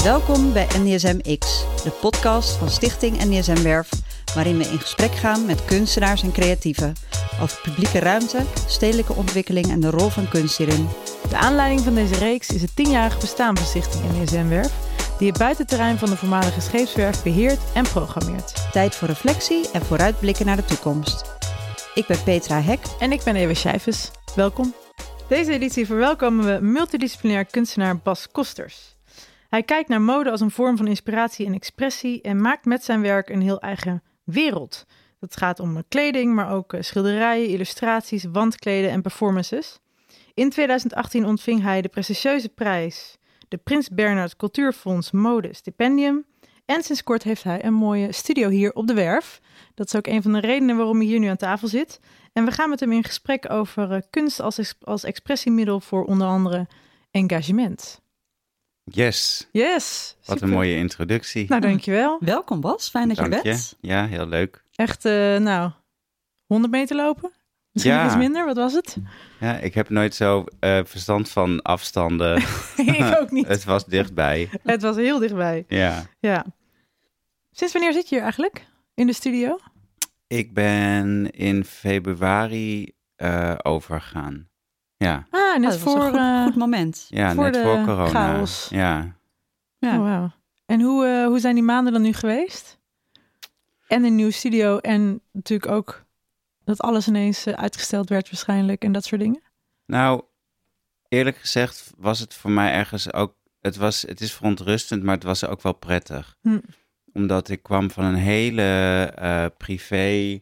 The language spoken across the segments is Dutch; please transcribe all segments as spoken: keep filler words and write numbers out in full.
Welkom bij N D S M X, de podcast van Stichting N D S M Werf, waarin we in gesprek gaan met kunstenaars en creatieven over publieke ruimte, stedelijke ontwikkeling en de rol van kunst hierin. De aanleiding van deze reeks is het tienjarig bestaan van Stichting N D S M Werf, die het buitenterrein van de voormalige scheepswerf beheert en programmeert. Tijd voor reflectie en vooruitblikken naar de toekomst. Ik ben Petra Hek. En ik ben Ewa Schijfes. Welkom. Deze editie verwelkomen we multidisciplinair kunstenaar Bas Kosters. Hij kijkt naar mode als een vorm van inspiratie en expressie en maakt met zijn werk een heel eigen wereld. Dat gaat om kleding, maar ook schilderijen, illustraties, wandkleden en performances. In tweeduizend achttien ontving hij de prestigieuze prijs, de Prins Bernhard Cultuurfonds Mode Stipendium. En sinds kort heeft hij een mooie studio hier op de Werf. Dat is ook een van de redenen waarom hij hier nu aan tafel zit. En we gaan met hem in gesprek over uh, kunst als, ex- als expressiemiddel voor onder andere engagement. Yes. Yes. Wat super. een mooie introductie. Nou, dankjewel. Welkom Bas, fijn dat Dank je bent. je. Ja, heel leuk. Echt, uh, nou, honderd meter lopen? Misschien Ja. iets minder, wat was het? Ja, ik heb nooit zo uh, verstand van afstanden. Ik ook niet. Het was dichtbij. Het was heel dichtbij. Ja. Ja. Sinds wanneer zit je hier eigenlijk? In de studio? Ik ben in februari uh, overgegaan. Ja. Ah, net Oh, dat was voor, een goed, uh, goed moment. Ja, voor net de voor corona. chaos. Ja. Ja. Oh, wow. En hoe, uh, hoe zijn die maanden dan nu geweest? En een nieuwe studio en natuurlijk ook dat alles ineens uh, uitgesteld werd waarschijnlijk en dat soort dingen? Nou, eerlijk gezegd was het voor mij ergens ook... Het, was, het is verontrustend, maar het was ook wel prettig. Hm. Omdat ik kwam van een hele uh, privé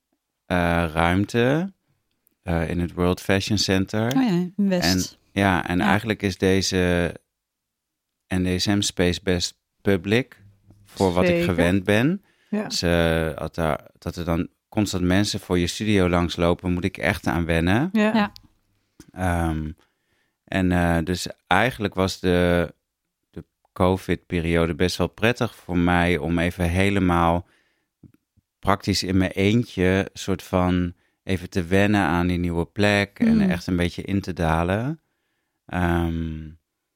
uh, ruimte uh, in het World Fashion Center. Oh ja, in West. En, ja, en Ja. eigenlijk is deze N D S M-space best public voor wat ik Zeker. gewend ben. Ja. Dus uh, dat, daar, dat er dan constant mensen voor je studio langslopen, moet ik echt aan wennen. Ja. Ja. Um, en uh, dus eigenlijk was de, de COVID-periode best wel prettig voor mij om even helemaal praktisch in mijn eentje soort van even te wennen aan die nieuwe plek en Mm. echt een beetje in te dalen. Um,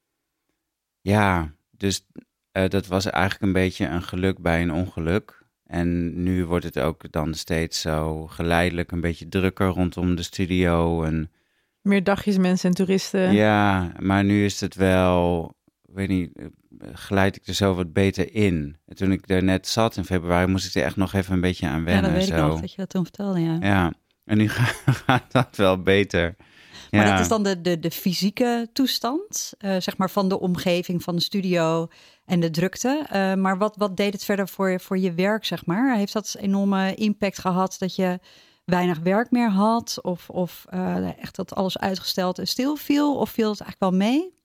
ja, dus uh, dat was eigenlijk een beetje een geluk bij een ongeluk. En nu wordt het ook dan steeds zo geleidelijk een beetje drukker rondom de studio en Meer dagjes mensen en toeristen. ja, maar nu is het wel, weet niet, glijd ik er zo wat beter in. En toen ik er net zat in februari, moest ik er echt nog even een beetje aan Ja, wennen. dat weet zo. ik nog, dat je dat toen vertelde, ja. Ja, en nu gaat dat wel beter. Maar ja. dat is dan de, de, de fysieke toestand, uh, zeg maar van de omgeving, van de studio en de drukte. Uh, maar wat, wat deed het verder voor je, voor je werk, zeg maar? Heeft dat enorme impact gehad dat je weinig werk meer had? Of, of uh, echt dat alles uitgesteld en stil viel? Of viel het eigenlijk wel mee?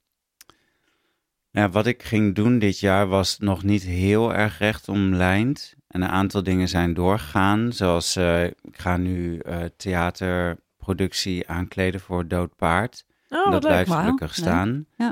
Ja, wat ik ging doen dit jaar was nog niet heel erg rechtomlijnd. En een aantal dingen zijn doorgegaan. Zoals uh, ik ga nu uh, theaterproductie aankleden voor Dood Paard. Oh, dat wat leuk. blijft Wauw, gelukkig leuk. staan. Ja.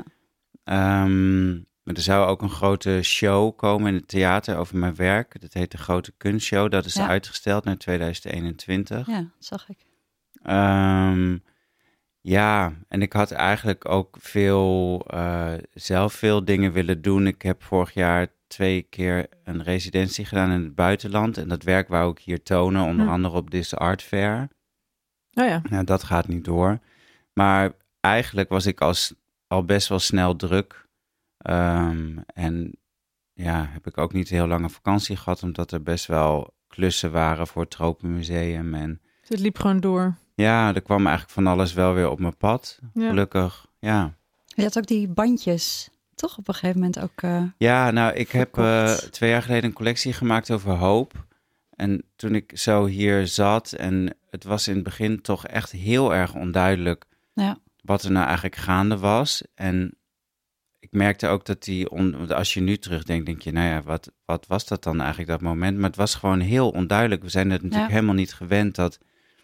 Um, maar er zou ook een grote show komen in het theater over mijn werk. Dat heet de Grote Kunstshow. Dat is Ja. uitgesteld naar tweeduizend eenentwintig. Ja, dat zag ik. Um, ja, en ik had eigenlijk ook veel, uh, zelf veel dingen willen doen. Ik heb vorig jaar twee keer een residentie gedaan in het buitenland. En dat werk wou ik hier tonen, onder Hm. andere op This Art Fair. Oh ja. Nou, dat gaat niet door. Maar eigenlijk was ik als, al best wel snel druk. Um, en ja, heb ik ook niet heel lange vakantie gehad, omdat er best wel klussen waren voor het Tropenmuseum. En Dus het liep gewoon door. ja, er kwam eigenlijk van alles wel weer op mijn pad, Ja. gelukkig. Ja. Je had ook die bandjes, toch op een gegeven moment ook... Uh, Ja, nou, ik heb uh, Verkocht. twee jaar geleden een collectie gemaakt over hoop. En toen ik zo hier zat en het was in het begin toch echt heel erg onduidelijk ja. wat er nou eigenlijk gaande was. En ik merkte ook dat die, on, als je nu terugdenkt, denk je, nou ja, wat, wat was dat dan eigenlijk dat moment? Maar het was gewoon heel onduidelijk. We zijn het natuurlijk Ja. helemaal niet gewend dat,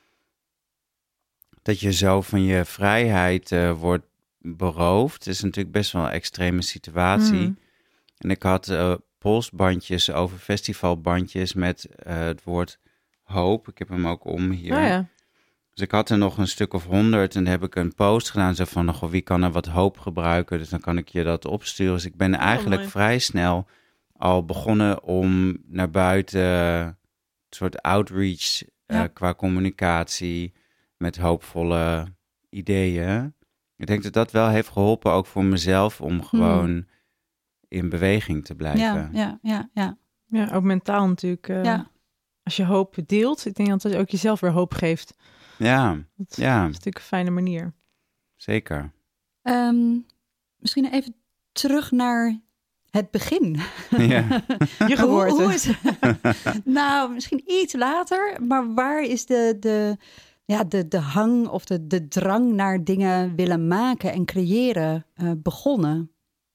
dat je zo van je vrijheid uh, wordt beroofd. Het is natuurlijk best wel een extreme situatie. Mm. En ik had uh, polsbandjes over festivalbandjes met uh, het woord hoop. Ik heb hem ook om hier. Oh ja. Dus ik had er nog een stuk of honderd en dan heb ik een post gedaan. Zo van, goh, wie kan er wat hoop gebruiken? Dus dan kan ik je dat opsturen. Dus ik ben eigenlijk mooi. vrij snel al begonnen om naar buiten een soort outreach Ja. uh, qua communicatie met hoopvolle ideeën. Ik denk dat dat wel heeft geholpen ook voor mezelf om gewoon hmm. in beweging te blijven. Ja, ja, ja, ja. Ja, ook mentaal natuurlijk. Uh, ja. Als je hoop deelt, ik denk dat het ook jezelf weer hoop geeft. Ja, dat ja. is natuurlijk een fijne manier. Zeker. Um, misschien even terug naar het begin. Ja. Je geboorte. Hoe, hoe is het? Nou, misschien iets later, maar waar is de, de, ja, de, de hang of de, de drang naar dingen willen maken en creëren uh, begonnen?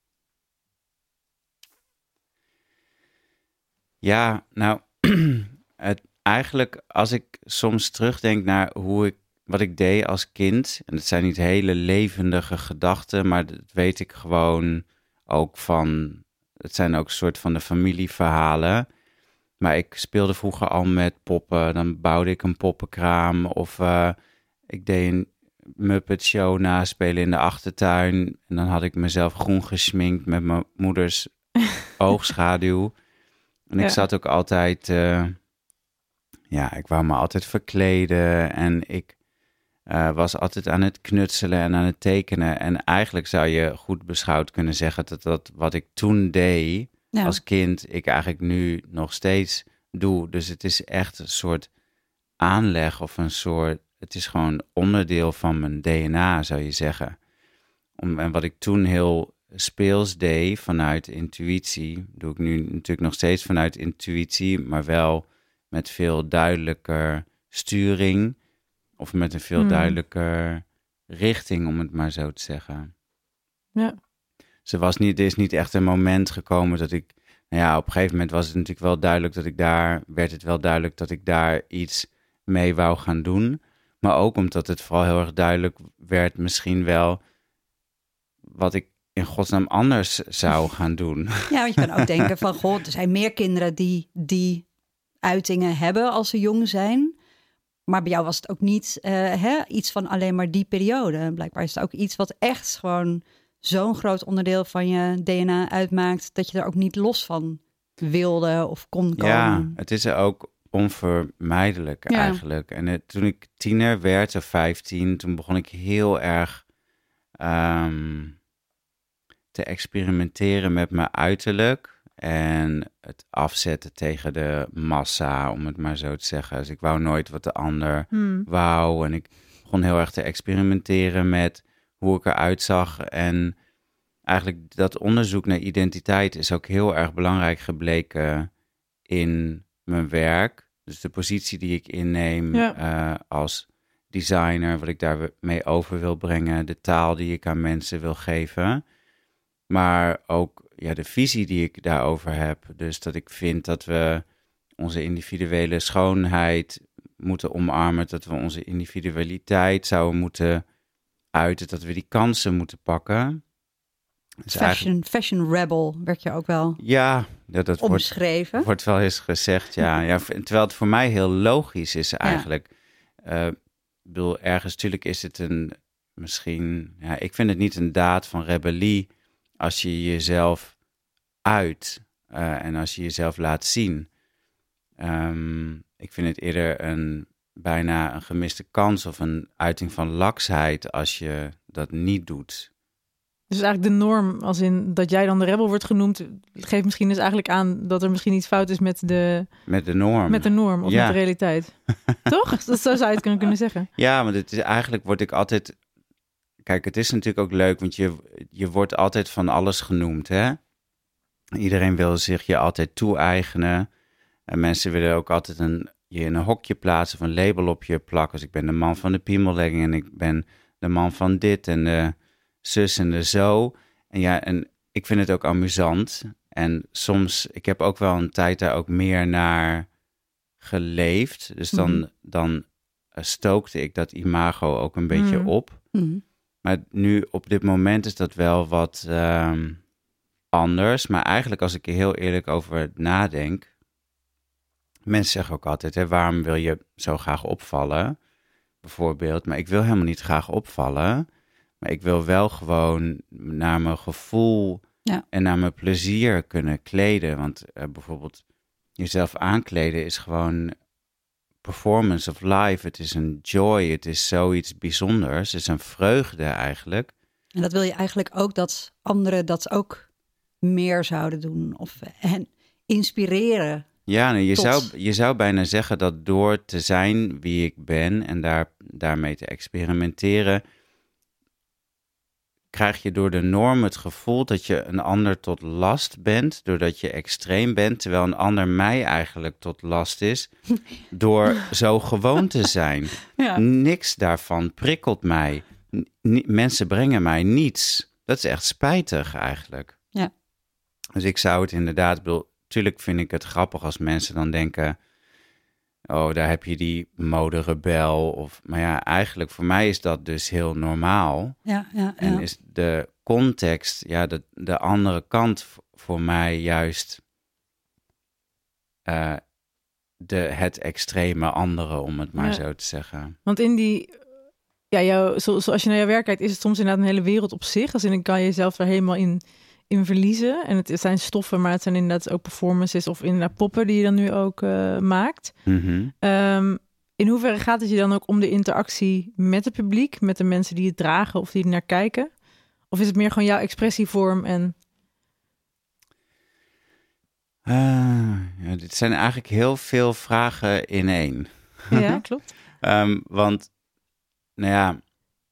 Ja, nou, het, eigenlijk als ik soms terugdenk naar hoe ik, wat ik deed als kind, en het zijn niet hele levendige gedachten, maar dat weet ik gewoon ook van, het zijn ook een soort van de familieverhalen. Maar ik speelde vroeger al met poppen, dan bouwde ik een poppenkraam of uh, ik deed een Muppet Show naspelen in de achtertuin en dan had ik mezelf groen gesminkt met mijn moeders oogschaduw. En ik ja. zat ook altijd, uh, ja, ik wou me altijd verkleden en ik uh, was altijd aan het knutselen en aan het tekenen. En eigenlijk zou je goed beschouwd kunnen zeggen dat dat wat ik toen deed ja. als kind, ik eigenlijk nu nog steeds doe. Dus het is echt een soort aanleg of een soort, het is gewoon onderdeel van mijn D N A, zou je zeggen. Om, en wat ik toen heel speels deed vanuit intuïtie, doe ik nu natuurlijk nog steeds vanuit intuïtie, maar wel met veel duidelijker sturing of met een veel hmm. duidelijker richting, om het maar zo te zeggen. Ja. Dus er was niet, er is niet echt een moment gekomen dat ik, nou ja, op een gegeven moment was het natuurlijk wel duidelijk dat ik daar, werd het wel duidelijk dat ik daar iets mee wou gaan doen, maar ook omdat het vooral heel erg duidelijk werd misschien wel wat ik in godsnaam anders zou gaan doen. Ja, want je kan ook denken van, goh, er zijn meer kinderen die die uitingen hebben als ze jong zijn. Maar bij jou was het ook niet uh, hè, iets van alleen maar die periode. Blijkbaar is het ook iets wat echt gewoon zo'n groot onderdeel van je D N A uitmaakt, dat je er ook niet los van wilde of kon komen. Ja, het is er ook onvermijdelijk ja. eigenlijk. En het, toen ik tiener werd, of vijftien, toen begon ik heel erg Um, te experimenteren met mijn uiterlijk en het afzetten tegen de massa, om het maar zo te zeggen. Dus ik wou nooit wat de ander hmm. wou en ik begon heel erg te experimenteren met hoe ik eruit zag. En eigenlijk dat onderzoek naar identiteit is ook heel erg belangrijk gebleken in mijn werk. Dus de positie die ik inneem ja. uh, als designer, wat ik daarmee over wil brengen, de taal die ik aan mensen wil geven, maar ook ja, de visie die ik daarover heb. Dus dat ik vind dat we onze individuele schoonheid moeten omarmen, dat we onze individualiteit zouden moeten uiten, dat we die kansen moeten pakken. Dus fashion, fashion rebel werd je ook wel ja, dat, dat omschreven. Wordt, wordt wel eens gezegd, ja. ja. Terwijl het voor mij heel logisch is eigenlijk. Ja. Uh, Ik bedoel, ergens natuurlijk is het een, misschien, ja, ik vind het niet een daad van rebellie als je jezelf uit uh, en als je jezelf laat zien. Um, ik vind het eerder een, bijna een gemiste kans of een uiting van laksheid als je dat niet doet. Dus eigenlijk de norm, als in dat jij dan de rebel wordt genoemd, geeft misschien dus eigenlijk aan dat er misschien iets fout is met de... Met de norm. Met de norm of ja. met de realiteit. Toch? Dat, zo zou je het kunnen, kunnen zeggen. Ja, want het is, eigenlijk word ik altijd... Kijk, het is natuurlijk ook leuk, want je, je wordt altijd van alles genoemd, hè? Iedereen wil zich je altijd toe-eigenen. En mensen willen ook altijd een, je in een hokje plaatsen of een label op je plakken. Dus ik ben de man van de piemellegging en ik ben de man van dit en de zus en de zo. En ja, en ik vind het ook amusant. En soms, ik heb ook wel een tijd daar ook meer naar geleefd. Dus dan, mm-hmm. dan stookte ik dat imago ook een beetje mm-hmm. op. Mm-hmm. Maar nu, op dit moment is dat wel wat um, anders. Maar eigenlijk, als ik er heel eerlijk over nadenk, mensen zeggen ook altijd, hè, waarom wil je zo graag opvallen? bijvoorbeeld. Maar ik wil helemaal niet graag opvallen. Maar ik wil wel gewoon naar mijn gevoel Ja. en naar mijn plezier kunnen kleden. Want uh, bijvoorbeeld jezelf aankleden is gewoon performance of life. Het is een joy, het is zoiets bijzonders. Het is een vreugde eigenlijk. En dat wil je eigenlijk ook dat anderen dat ook meer zouden doen. Of hen inspireren. Ja, nou, je, tot... zou, je zou bijna zeggen dat door te zijn wie ik ben en daar, daarmee te experimenteren, krijg je door de norm het gevoel dat je een ander tot last bent, doordat je extreem bent, terwijl een ander mij eigenlijk tot last is, door zo gewoon te zijn. Ja. Niks daarvan prikkelt mij. N- mensen brengen mij niets. Dat is echt spijtig eigenlijk. Ja. Dus ik zou het inderdaad, bedoel, tuurlijk vind ik het grappig als mensen dan denken, oh, daar heb je die moderebel. Of, maar ja, eigenlijk voor mij is dat dus heel normaal. Ja, ja, ja. En is de context, ja, de, de andere kant v- voor mij juist uh, de, het extreme andere, om het maar Ja. zo te zeggen. Want in die, ja, jou, zo, zoals je naar jouw werk kijkt, is het soms inderdaad een hele wereld op zich. Als in dan kan je jezelf er helemaal in, in verliezen. En het zijn stoffen, maar het zijn inderdaad ook performances of inderdaad poppen die je dan nu ook uh, maakt. Mm-hmm. Um, in hoeverre gaat het je dan ook om de interactie met het publiek, met de mensen die het dragen of die er naar kijken? Of is het meer gewoon jouw expressievorm en... Uh, ja, dit zijn eigenlijk heel veel vragen in één. Ja, klopt. um, want, nou ja...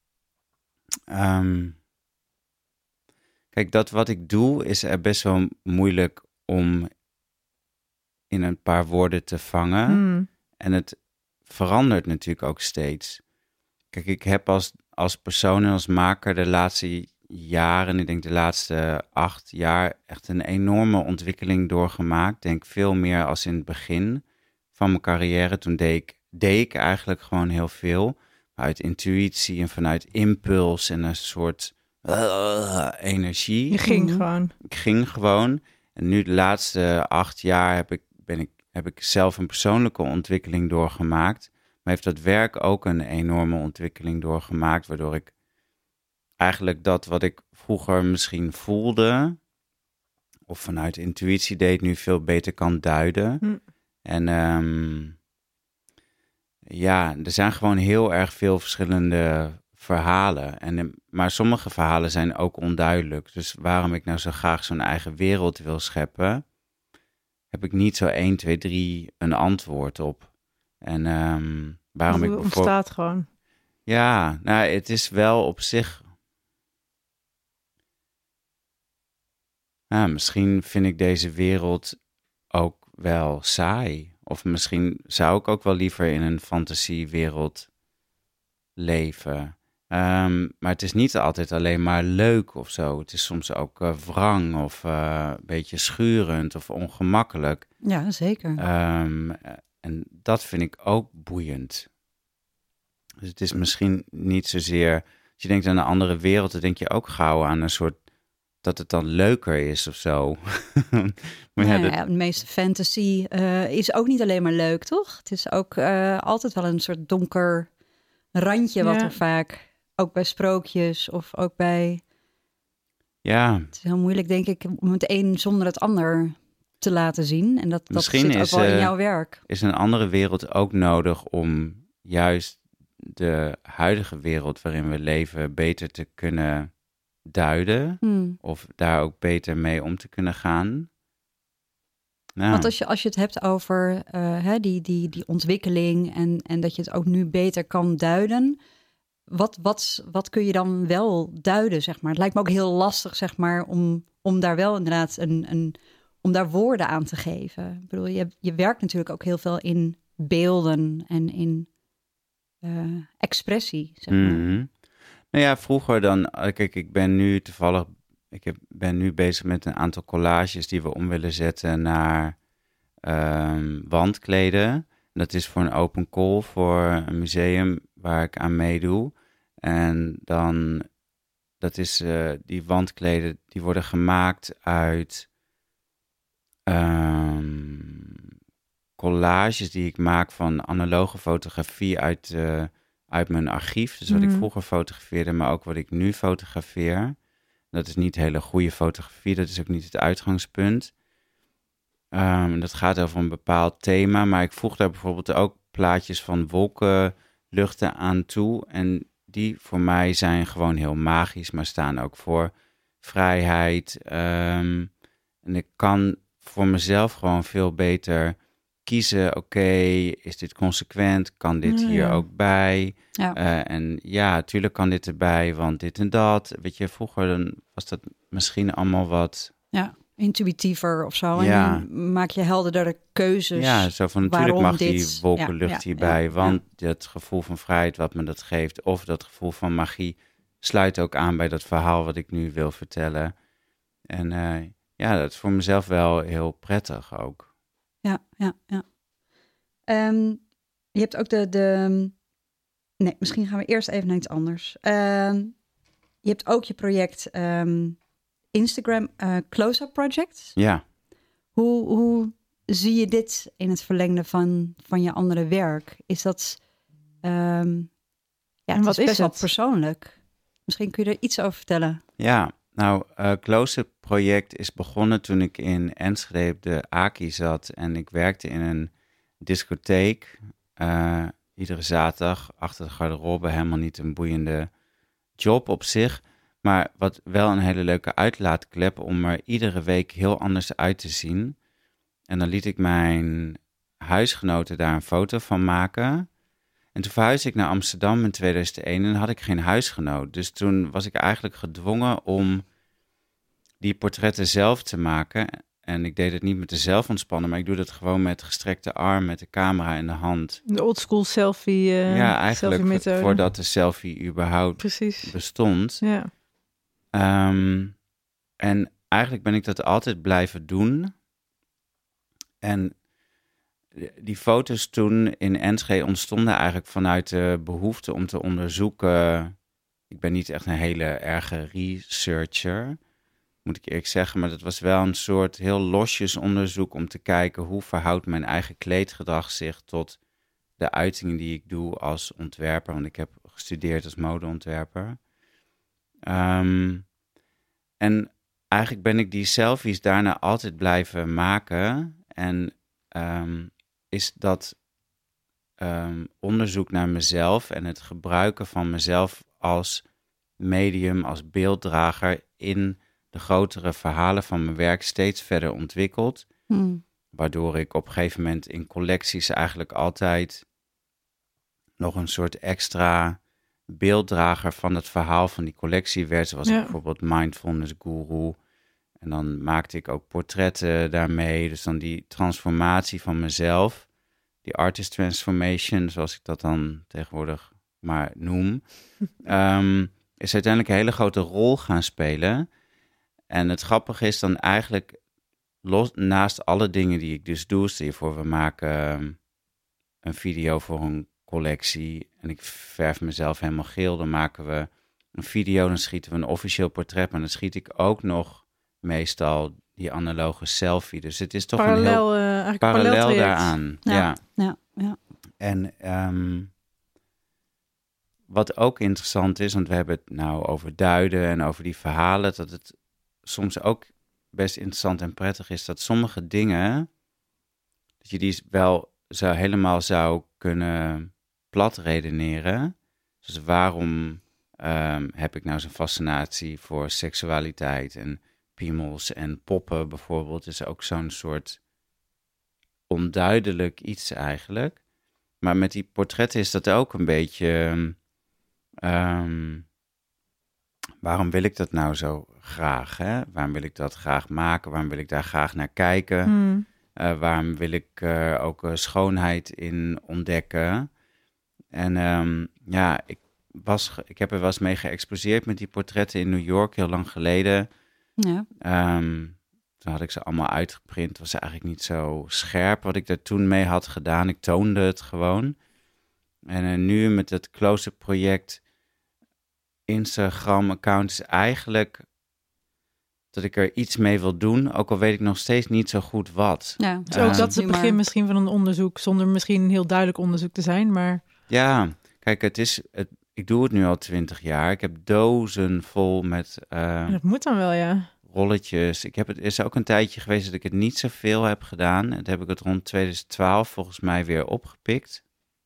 Um, kijk, dat wat ik doe is er best wel moeilijk om in een paar woorden te vangen. Hmm. En het verandert natuurlijk ook steeds. Kijk, ik heb als, als persoon en als maker de laatste jaren, ik denk de laatste acht jaar, echt een enorme ontwikkeling doorgemaakt. Ik denk veel meer als in het begin van mijn carrière. Toen deed ik, deed ik eigenlijk gewoon heel veel. Uit intuïtie en vanuit impuls en een soort uh, energie. Je ging Mhm. gewoon. Ik ging gewoon. En nu de laatste acht jaar heb ik, ben ik, heb ik zelf een persoonlijke ontwikkeling doorgemaakt. Maar heeft dat werk ook een enorme ontwikkeling doorgemaakt. Waardoor ik eigenlijk dat wat ik vroeger misschien voelde, of vanuit intuïtie deed, nu veel beter kan duiden. Hm. En um, ja, er zijn gewoon heel erg veel verschillende verhalen. En, maar sommige verhalen zijn ook onduidelijk. Dus waarom ik nou zo graag zo'n eigen wereld wil scheppen, heb ik niet zo één, twee, drie een antwoord op. En um, waarom Het ik ontstaat bijvoorbeeld... gewoon. Ja, nou, het is wel op zich... Nou, misschien vind ik deze wereld ook wel saai. Of misschien zou ik ook wel liever in een fantasiewereld leven. Um, maar het is niet altijd alleen maar leuk of zo. Het is soms ook uh, wrang of uh, een beetje schurend of ongemakkelijk. Ja, zeker. Um, en dat vind ik ook boeiend. Dus het is misschien niet zozeer... Als je denkt aan een andere wereld, dan denk je ook gauw aan een soort... dat het dan leuker is of zo. maar ja, ja, dat... ja, de meeste fantasy uh, is ook niet alleen maar leuk, toch? Het is ook uh, altijd wel een soort donker randje... wat Ja. er vaak, ook bij sprookjes of ook bij... Ja. Het is heel moeilijk, denk ik, om het een zonder het ander te laten zien. En dat, dat Misschien zit ook is, wel in uh, jouw werk. Is een andere wereld ook nodig om juist de huidige wereld waarin we leven beter te kunnen duiden? Hmm. Of daar ook beter mee om te kunnen gaan? Nou. Want als je, als je het hebt over uh, hè, die, die, die ontwikkeling en, en dat je het ook nu beter kan duiden... Wat, wat, wat kun je dan wel duiden, zeg maar? Het lijkt me ook heel lastig, zeg maar, om, om daar wel inderdaad een, een, om daar woorden aan te geven. Ik bedoel, je, je werkt natuurlijk ook heel veel in beelden en in uh, expressie, zeg maar. Mm-hmm. Nou ja, vroeger dan, kijk, ik ben nu toevallig, ik heb, ben nu bezig met een aantal collages die we om willen zetten naar um, wandkleden. Dat is voor een open call voor een museum waar ik aan meedoe. En dan, dat is, uh, die wandkleden, die worden gemaakt uit um, collages die ik maak van analoge fotografie uit uh, uit mijn archief. Dus wat Mm. ik vroeger fotografeerde, maar ook wat ik nu fotografeer. Dat is niet hele goede fotografie, dat is ook niet het uitgangspunt. Um, dat gaat over een bepaald thema, maar ik voeg daar bijvoorbeeld ook plaatjes van wolkenluchten aan toe. En die voor mij zijn gewoon heel magisch, maar staan ook voor vrijheid. Um, en ik kan voor mezelf gewoon veel beter kiezen. Oké, okay, is dit consequent? Kan dit Ja, hier ja. ook bij? Ja. Uh, en ja, natuurlijk kan dit erbij, want dit en dat. Weet je, vroeger dan was dat misschien allemaal wat... Ja, intuïtiever of zo. Ja. En nu maak je helderder keuzes. Ja, zo van natuurlijk waarom mag die dit- wolkenlucht ja, ja, hierbij, ja, want het gevoel van vrijheid wat me dat geeft, of dat gevoel van magie, sluit ook aan bij dat verhaal wat ik nu wil vertellen. En uh, ja, dat is voor mezelf wel heel prettig ook. Ja, ja, ja. Um, je hebt ook de, de... Nee, misschien gaan we eerst even naar iets anders. Um, je hebt ook je project um, Instagram uh, Close-Up Project. Ja. Hoe, hoe zie je dit in het verlengde van, van je andere werk? Is dat... Um, ja, het wat is best is wel het? persoonlijk. Misschien kun je er iets over vertellen. Ja, nou, uh, Close-Up project is begonnen toen ik in Enschede op de Aki zat en ik werkte in een discotheek. Uh, iedere zaterdag achter de garderobe, helemaal niet een boeiende job op zich, maar wat wel een hele leuke uitlaatklep om er iedere week heel anders uit te zien. En dan liet ik mijn huisgenoten daar een foto van maken. En toen verhuisde ik naar Amsterdam in tweeduizend één en had ik geen huisgenoot. Dus toen was ik eigenlijk gedwongen om die portretten zelf te maken. En ik deed het niet met de zelfontspannen, maar ik doe dat gewoon met gestrekte arm, met de camera in de hand. De oldschool selfie uh, ja, eigenlijk selfie methode. voordat de selfie überhaupt Precies. bestond. Ja. Um, en eigenlijk ben ik dat altijd blijven doen. En die foto's toen in Enschede ontstonden eigenlijk vanuit de behoefte om te onderzoeken. Ik ben niet echt een hele erge researcher, moet ik eerlijk zeggen, maar dat was wel een soort heel losjes onderzoek om te kijken hoe verhoudt mijn eigen kleedgedrag zich tot de uitingen die ik doe als ontwerper, want ik heb gestudeerd als modeontwerper. Um, en eigenlijk ben ik die selfies daarna altijd blijven maken en um, is dat um, onderzoek naar mezelf en het gebruiken van mezelf als medium, als beelddrager in de grotere verhalen van mijn werk steeds verder ontwikkeld. Hmm. Waardoor ik op een gegeven moment in collecties eigenlijk altijd nog een soort extra beelddrager van het verhaal van die collectie werd. Zoals Ja. ik bijvoorbeeld Mindfulness Guru. En dan maakte ik ook portretten daarmee. Dus dan die transformatie van mezelf, die artist transformation, zoals ik dat dan tegenwoordig maar noem, um, is uiteindelijk een hele grote rol gaan spelen. En het grappige is dan eigenlijk, los, naast alle dingen die ik dus doe, stel je voor, we maken um, een video voor een collectie en ik verf mezelf helemaal geel, dan maken we een video, dan schieten we een officieel portret, maar dan schiet ik ook nog meestal die analoge selfie. Dus het is toch Parallel, een heel uh, eigenlijk parallel parallel daaraan. Ja. Ja. Ja, ja. En um, wat ook interessant is, want we hebben het nou over duiden en over die verhalen, dat het soms ook best interessant en prettig is dat sommige dingen, dat je die wel zou, helemaal zou kunnen plat redeneren. Dus waarom um, heb ik nou zo'n fascinatie voor seksualiteit en piemels en poppen bijvoorbeeld, is ook zo'n soort onduidelijk iets eigenlijk. Maar met die portretten is dat ook een beetje, um, waarom wil ik dat nou zo graag? Hè? Waarom wil ik dat graag maken? Waarom wil ik daar graag naar kijken? Hmm. Uh, waarom wil ik uh, ook uh, schoonheid in ontdekken? En um, ja, ik, was, ik heb er wel eens mee geëxposeerd met die portretten in New York heel lang geleden. Ja. Um, toen had ik ze allemaal uitgeprint. Het was eigenlijk niet zo scherp wat ik daar toen mee had gedaan. Ik toonde het gewoon. En uh, nu met het Close-Up project, Instagram-account, is eigenlijk dat ik er iets mee wil doen. Ook al weet ik nog steeds niet zo goed wat. Ja, Dus ook Uh, dat is het nu begin maar- misschien van een onderzoek, zonder misschien een heel duidelijk onderzoek te zijn, maar Ja, kijk, het is, het, ik doe het nu al twintig jaar. Ik heb dozen vol met uh, Dat moet dan wel, ja. rolletjes. Ik heb het, er is ook een tijdje geweest dat ik het niet zoveel heb gedaan. En toen heb ik het rond twintig twaalf volgens mij weer opgepikt.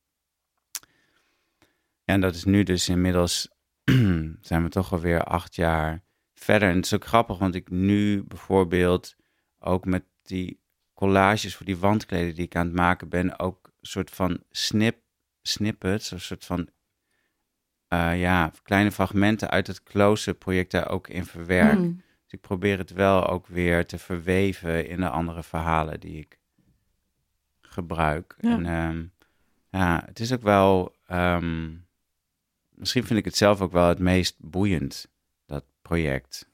En dat is nu dus inmiddels, zijn we toch alweer acht jaar verder. En het is ook grappig, want ik nu bijvoorbeeld ook met die collages voor die wandkleden die ik aan het maken ben, ook een soort van snip, snippets, een soort van uh, ja, kleine fragmenten uit het close-up project daar ook in verwerk. Mm. Dus ik probeer het wel ook weer te verweven in de andere verhalen die ik gebruik. Ja. En um, ja, het is ook wel, um, misschien vind ik het zelf ook wel het meest boeiend, dat project.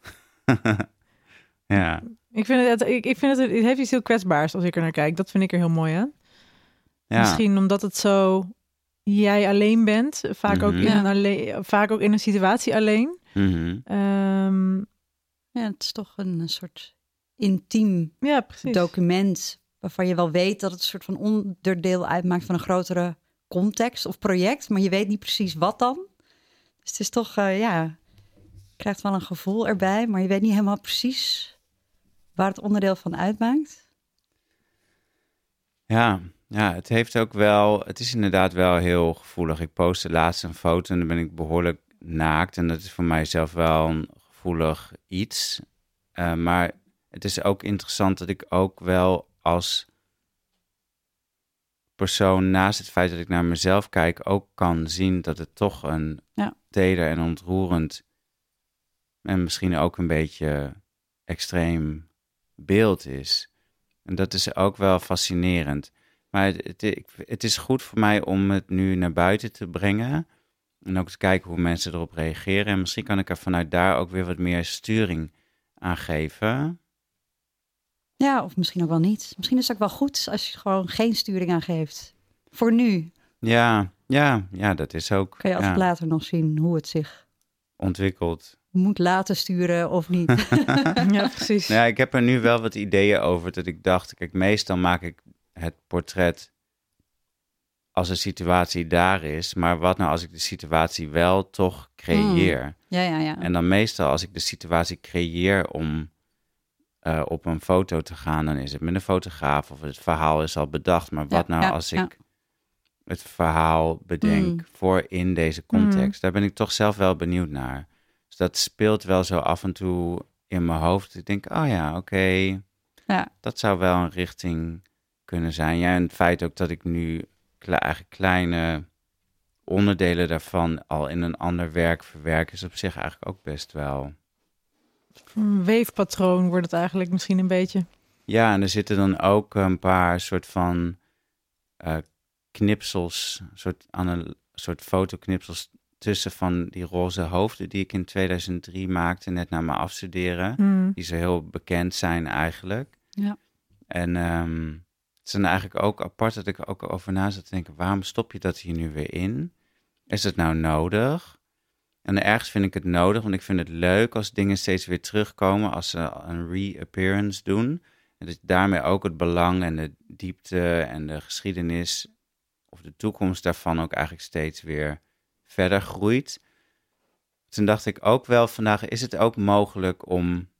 Ja. Ik vind het, ik, ik vind het, het heeft iets heel kwetsbaars als ik er naar kijk. Dat vind ik er heel mooi aan. Ja. Misschien omdat het zo jij alleen bent, vaak, Mm-hmm. ook in Ja. een alleen, vaak ook in een situatie alleen. Mm-hmm. Um, Ja, het is toch een soort intiem ja, precies. document waarvan je wel weet dat het een soort van onderdeel uitmaakt van een grotere context of project, maar je weet niet precies wat dan. Dus het is toch, uh, ja, je krijgt wel een gevoel erbij, maar je weet niet helemaal precies waar het onderdeel van uitmaakt. Ja, ja, het heeft ook wel, het is inderdaad wel heel gevoelig. Ik postte laatst een foto en dan ben ik behoorlijk naakt en dat is voor mijzelf wel een gevoelig iets. Uh, maar het is ook interessant dat ik ook wel als persoon, naast het feit dat ik naar mezelf kijk, ook kan zien dat het toch een ja. teder en ontroerend en misschien ook een beetje extreem beeld is. En dat is ook wel fascinerend. Maar het, het, het is goed voor mij om het nu naar buiten te brengen en ook te kijken hoe mensen erop reageren. En misschien kan ik er vanuit daar ook weer wat meer sturing aan geven. Ja, of misschien ook wel niet. Misschien is het ook wel goed als je gewoon geen sturing aan geeft. Voor nu. Ja, ja, ja, dat is ook. Kan je altijd ja, later nog zien hoe het zich ontwikkelt. moet laten sturen of niet. Ja, precies. Ja, ik heb er nu wel wat ideeën over dat ik dacht, kijk, meestal maak ik het portret als een situatie daar is, maar wat nou als ik de situatie wel toch creëer? Mm. Ja, ja, ja. En dan meestal als ik de situatie creëer om uh, op een foto te gaan, dan is het met een fotograaf of het verhaal is al bedacht. Maar wat Ja, nou ja, als ja. ik het verhaal bedenk Mm. voor in deze context? Mm. Daar ben ik toch zelf wel benieuwd naar. Dus dat speelt wel zo af en toe in mijn hoofd. Ik denk, oh ja, oké, okay, Ja. dat zou wel een richting kunnen zijn. Ja, en het feit ook dat ik nu kle- eigenlijk kleine onderdelen daarvan al in een ander werk verwerk, is op zich eigenlijk ook best wel. Een weefpatroon wordt het eigenlijk misschien een beetje. Ja, en er zitten dan ook een paar soort van uh, knipsels, soort, een soort fotoknipsels tussen van die roze hoofden die ik in tweeduizend drie maakte, net na mijn afstuderen. Mm. Die zo heel bekend zijn eigenlijk. Ja. En um, het is dan eigenlijk ook apart dat ik er ook over na zat te denken, waarom stop je dat hier nu weer in? Is het nou nodig? En ergens vind ik het nodig, want ik vind het leuk als dingen steeds weer terugkomen, als ze een reappearance doen. En dat daarmee ook het belang en de diepte en de geschiedenis of de toekomst daarvan ook eigenlijk steeds weer verder groeit. Toen dacht ik ook wel vandaag, is het ook mogelijk om,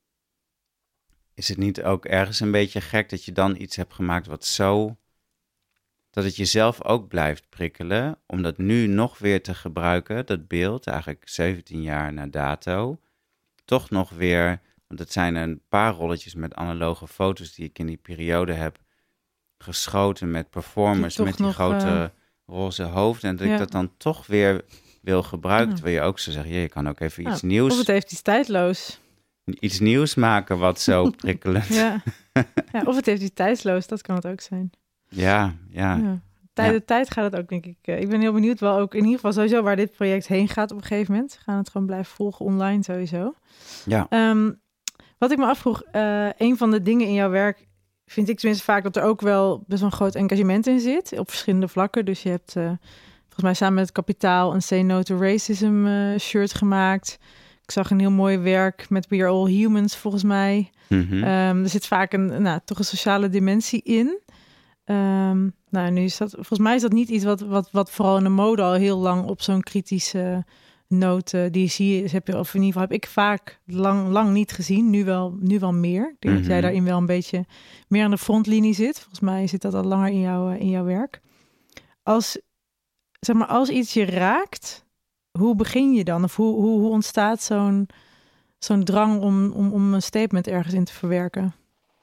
is het niet ook ergens een beetje gek dat je dan iets hebt gemaakt wat zo, dat het jezelf ook blijft prikkelen, om dat nu nog weer te gebruiken, dat beeld, eigenlijk zeventien jaar na dato, toch nog weer, want het zijn een paar rolletjes met analoge foto's die ik in die periode heb geschoten met performers, Die met die nog, grote uh... roze hoofden, en dat Ja. ik dat dan toch weer wil gebruiken, Ja. terwijl je ook zo zegt, je kan ook even iets Ja, nieuws, Of het heeft iets tijdloos. iets nieuws maken wat zo prikkelend. Ja. Ja, of het heeft iets tijdloos, dat kan het ook zijn. ja, ja. Ja. Tijd, Ja. De tijd gaat het ook, denk ik. Uh, ik ben heel benieuwd wel ook in ieder geval sowieso waar dit project heen gaat op een gegeven moment. We gaan het gewoon blijven volgen online sowieso. ja. Um, wat ik me afvroeg, uh, een van de dingen in jouw werk vind ik tenminste vaak dat er ook wel best wel een groot engagement in zit. Op verschillende vlakken. Dus je hebt uh, volgens mij samen met het Kapitaal een Say No to Racism uh, shirt gemaakt. Ik zag een heel mooi werk met We Are All Humans volgens mij. Mhm. Um, er zit vaak een, nou, toch een sociale dimensie in. Um, nou, nu is dat, volgens mij is dat niet iets wat, wat, wat vooral in de mode al heel lang op zo'n kritische noot, uh, die zie je, heb je, of in ieder geval heb ik vaak lang, lang niet gezien. Nu wel, nu wel meer. Ik denk mm-hmm. dat jij daarin wel een beetje meer aan de frontlinie zit. Volgens mij zit dat al langer in, jou, uh, in jouw werk. Als, zeg maar, als iets je raakt, hoe begin je dan? Of hoe, hoe, hoe ontstaat zo'n, zo'n drang om, om, om een statement ergens in te verwerken?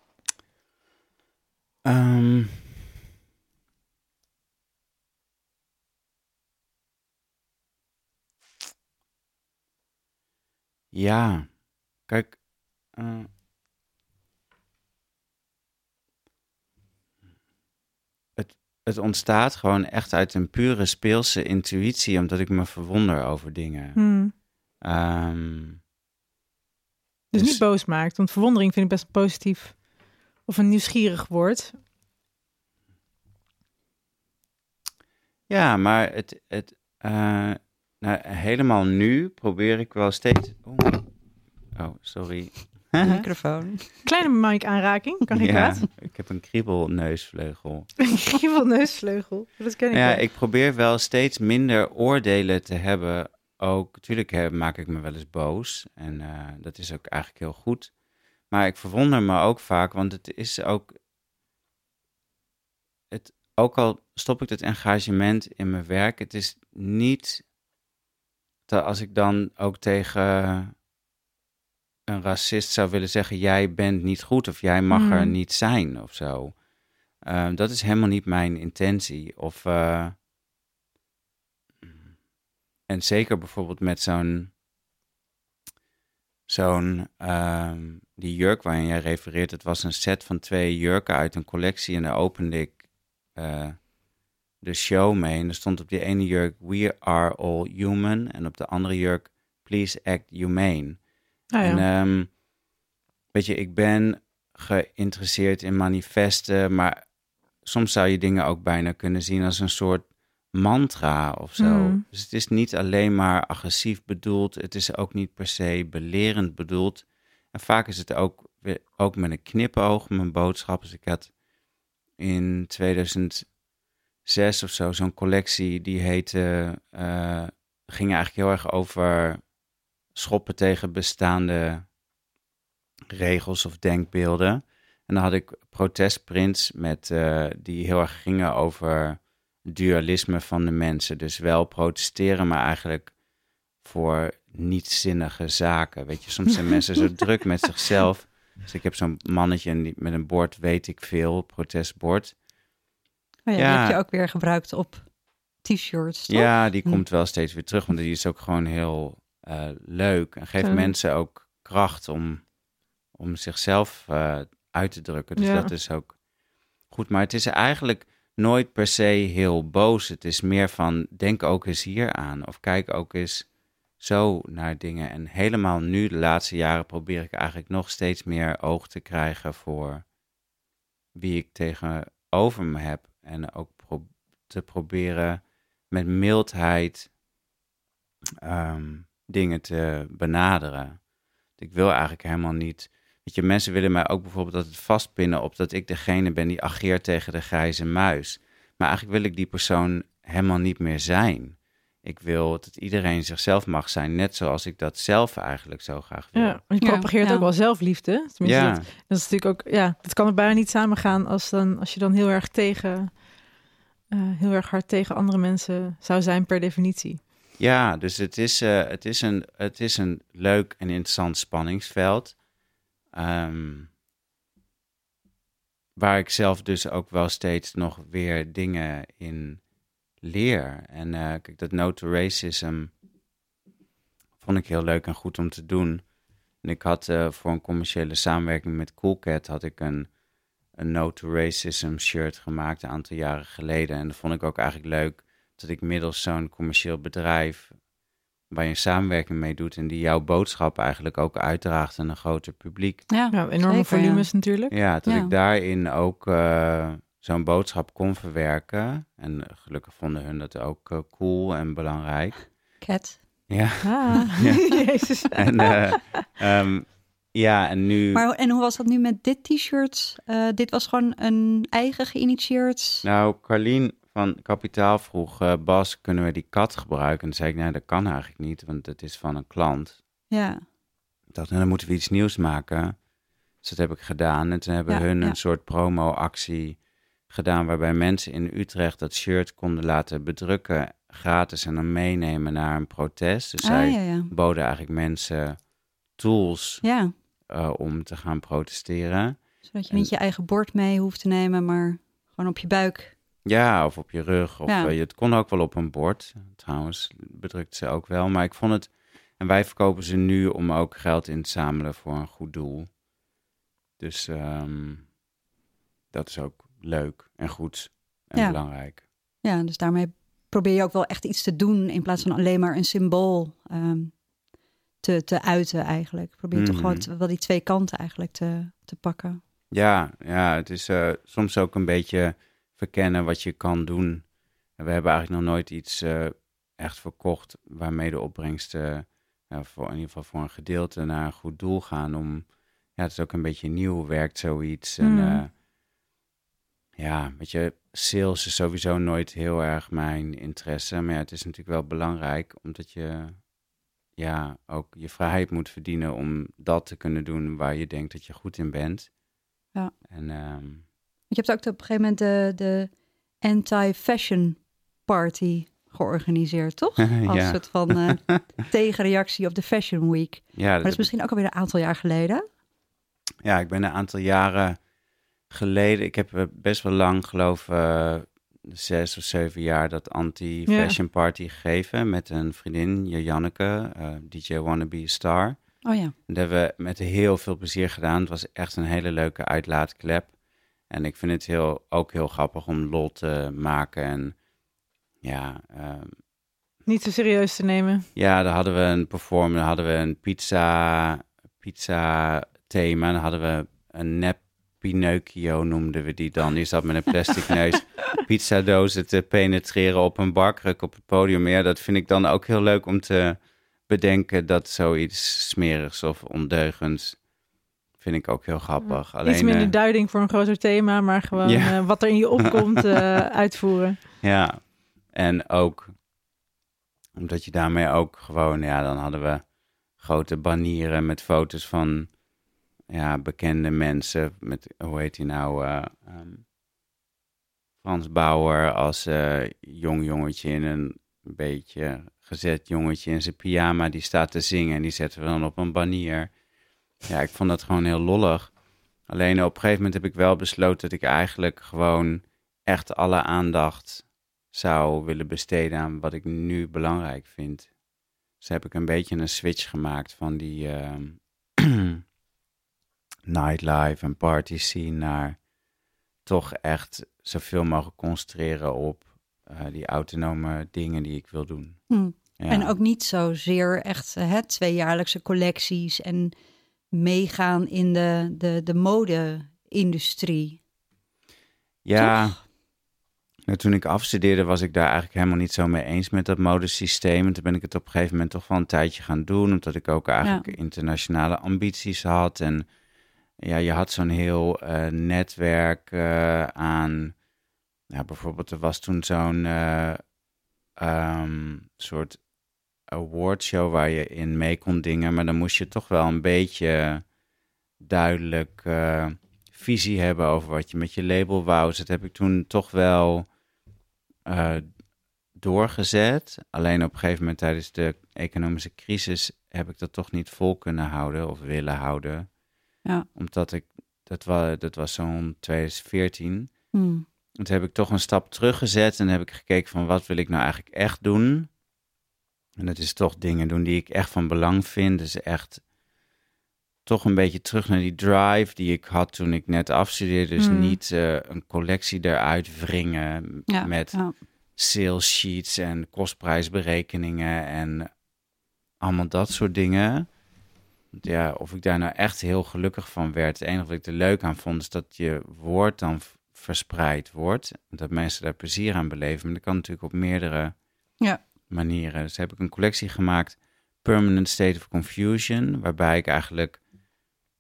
Um... Ja, kijk, uh, het, het ontstaat gewoon echt uit een pure speelse intuïtie, omdat ik me verwonder over dingen. Hmm. Um, dus, dus niet boos maakt, want verwondering vind ik best positief of een nieuwsgierig woord. Ja, maar het, het uh, nou, helemaal nu probeer ik wel steeds... Oh, oh sorry. Microfoon. Kleine mic aanraking, kan ik ja, kwaad? Ik heb een kriebelneusvleugel. Een kriebelneusvleugel, dat ken ik ja, wel. Ik probeer wel steeds minder oordelen te hebben. Ook, natuurlijk heb, maak ik me wel eens boos. En uh, dat is ook eigenlijk heel goed. Maar ik verwonder me ook vaak, want het is ook... Het, ook al stop ik het engagement in mijn werk, het is niet... Dat als ik dan ook tegen een racist zou willen zeggen, jij bent niet goed of jij mag mm. er niet zijn of zo. Uh, dat is helemaal niet mijn intentie. Of, uh, en zeker bijvoorbeeld met zo'n, zo'n uh, die jurk waarin jij refereert, het was een set van twee jurken uit een collectie en daar opende ik uh, de show mee. En er stond op die ene jurk, we are all human. En op de andere jurk, please act humane. Ah, ja. En um, weet je, ik ben geïnteresseerd in manifesten, maar soms zou je dingen ook bijna kunnen zien als een soort mantra of zo. Mm. Dus het is niet alleen maar agressief bedoeld, het is ook niet per se belerend bedoeld. En vaak is het ook, ook met een knipoog, mijn boodschap. Dus ik had in tweeduizend zes of zo zo'n collectie die heette, uh, ging eigenlijk heel erg over schoppen tegen bestaande regels of denkbeelden. En dan had ik protestprints met, uh, die heel erg gingen over dualisme van de mensen. Dus wel protesteren, maar eigenlijk voor niet-zinnige zaken. Weet je, soms zijn mensen zo druk met zichzelf. Dus ik heb zo'n mannetje met een bord, weet ik veel, protestbord. Oh ja, ja. Die heb je ook weer gebruikt op t-shirts, toch? Ja, die hm. komt wel steeds weer terug, want die is ook gewoon heel uh, leuk. En geeft hm. mensen ook kracht om, om zichzelf uh, uit te drukken. Dus ja. dat is ook goed. Maar het is eigenlijk nooit per se heel boos. Het is meer van, denk ook eens hier aan. Of kijk ook eens zo naar dingen. En helemaal nu, de laatste jaren, probeer ik eigenlijk nog steeds meer oog te krijgen voor wie ik tegenover me heb. En ook pro- te proberen met mildheid um, dingen te benaderen. Ik wil eigenlijk helemaal niet... Weet je, mensen willen mij ook bijvoorbeeld altijd vastpinnen op dat ik degene ben die ageert tegen de grijze muis. Maar eigenlijk wil ik die persoon helemaal niet meer zijn. Ik wil dat iedereen zichzelf mag zijn, net zoals ik dat zelf eigenlijk zo graag wil. Ja, je propageert ja, ja. ook wel zelfliefde. Tenminste, ja. dat, dat is natuurlijk ook, ja, dat kan er bijna niet samengaan als, dan, als je dan heel erg tegen, uh, heel erg hard tegen andere mensen zou zijn per definitie. Ja, dus het is, uh, het is, een, het is een leuk en interessant spanningsveld. Um, waar ik zelf dus ook wel steeds nog weer dingen in leer. En uh, kijk, dat No to Racism vond ik heel leuk en goed om te doen. En ik had uh, voor een commerciële samenwerking met Coolcat had ik een, een No to Racism shirt gemaakt een aantal jaren geleden. En dat vond ik ook eigenlijk leuk dat ik middels zo'n commercieel bedrijf waar je een samenwerking mee doet en die jouw boodschap eigenlijk ook uitdraagt aan een groter publiek. Ja, ja enorme zeker, volumes ja. natuurlijk. Ja, dat ja. ik daarin ook uh, zo'n boodschap kon verwerken. En gelukkig vonden hun dat ook uh, cool en belangrijk. Cat. Ja. Ah, ja. Jezus. En uh, um, Ja, en nu... Maar en hoe was dat nu met dit t-shirt? Uh, dit was gewoon een eigen geïnitieerd... Nou, Carlien van Kapitaal vroeg... Uh, Bas, kunnen we die kat gebruiken? En toen zei ik, nee, dat kan eigenlijk niet, want het is van een klant. Ja. Ik dacht, nou, dan moeten we iets nieuws maken. Dus dat heb ik gedaan. En toen hebben ja, hun ja. een soort promo-actie gedaan... waarbij mensen in Utrecht dat shirt konden laten bedrukken... gratis en dan meenemen naar een protest. Dus ah, zij ja, ja. boden eigenlijk mensen tools ja. uh, om te gaan protesteren. Zodat je en, niet je eigen bord mee hoeft te nemen, maar gewoon op je buik. Ja, of op je rug. Of, ja. uh, het kon ook wel op een bord. Trouwens, bedrukt ze ook wel. Maar ik vond het... En wij verkopen ze nu om ook geld in te zamelen voor een goed doel. Dus um, dat is ook leuk en goed en ja. belangrijk. Ja, dus daarmee probeer je ook wel echt iets te doen... in plaats van alleen maar een symbool um, te, te uiten eigenlijk. Probeer je mm-hmm. toch gewoon wel die twee kanten eigenlijk te, te pakken. Ja, ja, het is uh, soms ook een beetje verkennen wat je kan doen. En we hebben eigenlijk nog nooit iets uh, echt verkocht... waarmee de opbrengsten uh, voor, in ieder geval voor een gedeelte naar een goed doel gaan. Om, ja, het is ook een beetje nieuw, werkt zoiets. Mm. En uh, ja, weet je, sales is sowieso nooit heel erg mijn interesse. Maar ja, het is natuurlijk wel belangrijk, omdat je ja, ook je vrijheid moet verdienen om dat te kunnen doen waar je denkt dat je goed in bent. Ja. En, um... je hebt ook op een gegeven moment de, de anti-fashion party georganiseerd, toch? Als ja. soort van uh, tegenreactie op de Fashion Week. Ja, maar dat is misschien ook alweer een aantal jaar geleden. Ja, ik ben een aantal jaren geleden... Ik heb best wel lang, geloof uh, zes of zeven jaar... dat anti-fashion ja. party gegeven met een vriendin, Janneke, uh, D J Wannabe Star. Oh ja. Dat hebben we met heel veel plezier gedaan. Het was echt een hele leuke uitlaatklep. En ik vind het heel, ook heel grappig om lol te maken en ja... Um, niet zo serieus te nemen. Ja, daar hadden we een performance, dan hadden we een pizza, pizza thema. Dan hadden we een nep Pinocchio, noemden we die dan. Die zat met een plastic neus pizzadozen te penetreren op een barkruk op het podium. Ja, dat vind ik dan ook heel leuk om te bedenken dat zoiets smerigs of ondeugends... vind ik ook heel grappig. Ja, Alleen, iets minder uh, duiding voor een groter thema, maar gewoon ja. uh, wat er in je opkomt uh, uitvoeren. Ja, en ook omdat je daarmee ook gewoon, ja, dan hadden we grote banieren met foto's van ja, bekende mensen. Met, hoe heet hij nou? Uh, um, Frans Bauer als uh, jong jongetje in een beetje gezet jongetje in zijn pyjama. Die staat te zingen en die zetten we dan op een banier. Ja, ik vond dat gewoon heel lollig. Alleen op een gegeven moment heb ik wel besloten dat ik eigenlijk gewoon echt alle aandacht zou willen besteden aan wat ik nu belangrijk vind. Dus heb ik een beetje een switch gemaakt van die uh, nightlife en party scene naar toch echt zoveel mogelijk concentreren op uh, die autonome dingen die ik wil doen. Hm. Ja. En ook niet zozeer echt hè, tweejaarlijkse collecties en meegaan in de, de, de mode-industrie. Ja, nou, toen ik afstudeerde was ik daar eigenlijk helemaal niet zo mee eens met dat modesysteem. En toen ben ik het op een gegeven moment toch wel een tijdje gaan doen, omdat ik ook eigenlijk ja. internationale ambities had. En ja, je had zo'n heel uh, netwerk uh, aan, ja, bijvoorbeeld er was toen zo'n uh, um, soort awardshow waar je in mee kon dingen, maar dan moest je toch wel een beetje duidelijk uh, visie hebben over wat je met je label wou. Dus dat heb ik toen toch wel uh, doorgezet. Alleen op een gegeven moment tijdens de economische crisis heb ik dat toch niet vol kunnen houden of willen houden. Ja. Omdat ik, dat was, dat was zo'n twintig veertien. Hmm. Toen heb ik toch een stap teruggezet en heb ik gekeken van wat wil ik nou eigenlijk echt doen. En dat is toch dingen doen die ik echt van belang vind. Dus echt toch een beetje terug naar die drive die ik had toen ik net afstudeerde. Dus mm. niet uh, een collectie eruit wringen ja, met ja. sales sheets en kostprijsberekeningen en allemaal dat soort dingen. Want ja, of ik daar nou echt heel gelukkig van werd. Het enige wat ik er leuk aan vond is dat je woord dan verspreid wordt. Dat mensen daar plezier aan beleven. Maar dat kan natuurlijk op meerdere ja. manieren. Dus heb ik een collectie gemaakt, Permanent State of Confusion, waarbij ik eigenlijk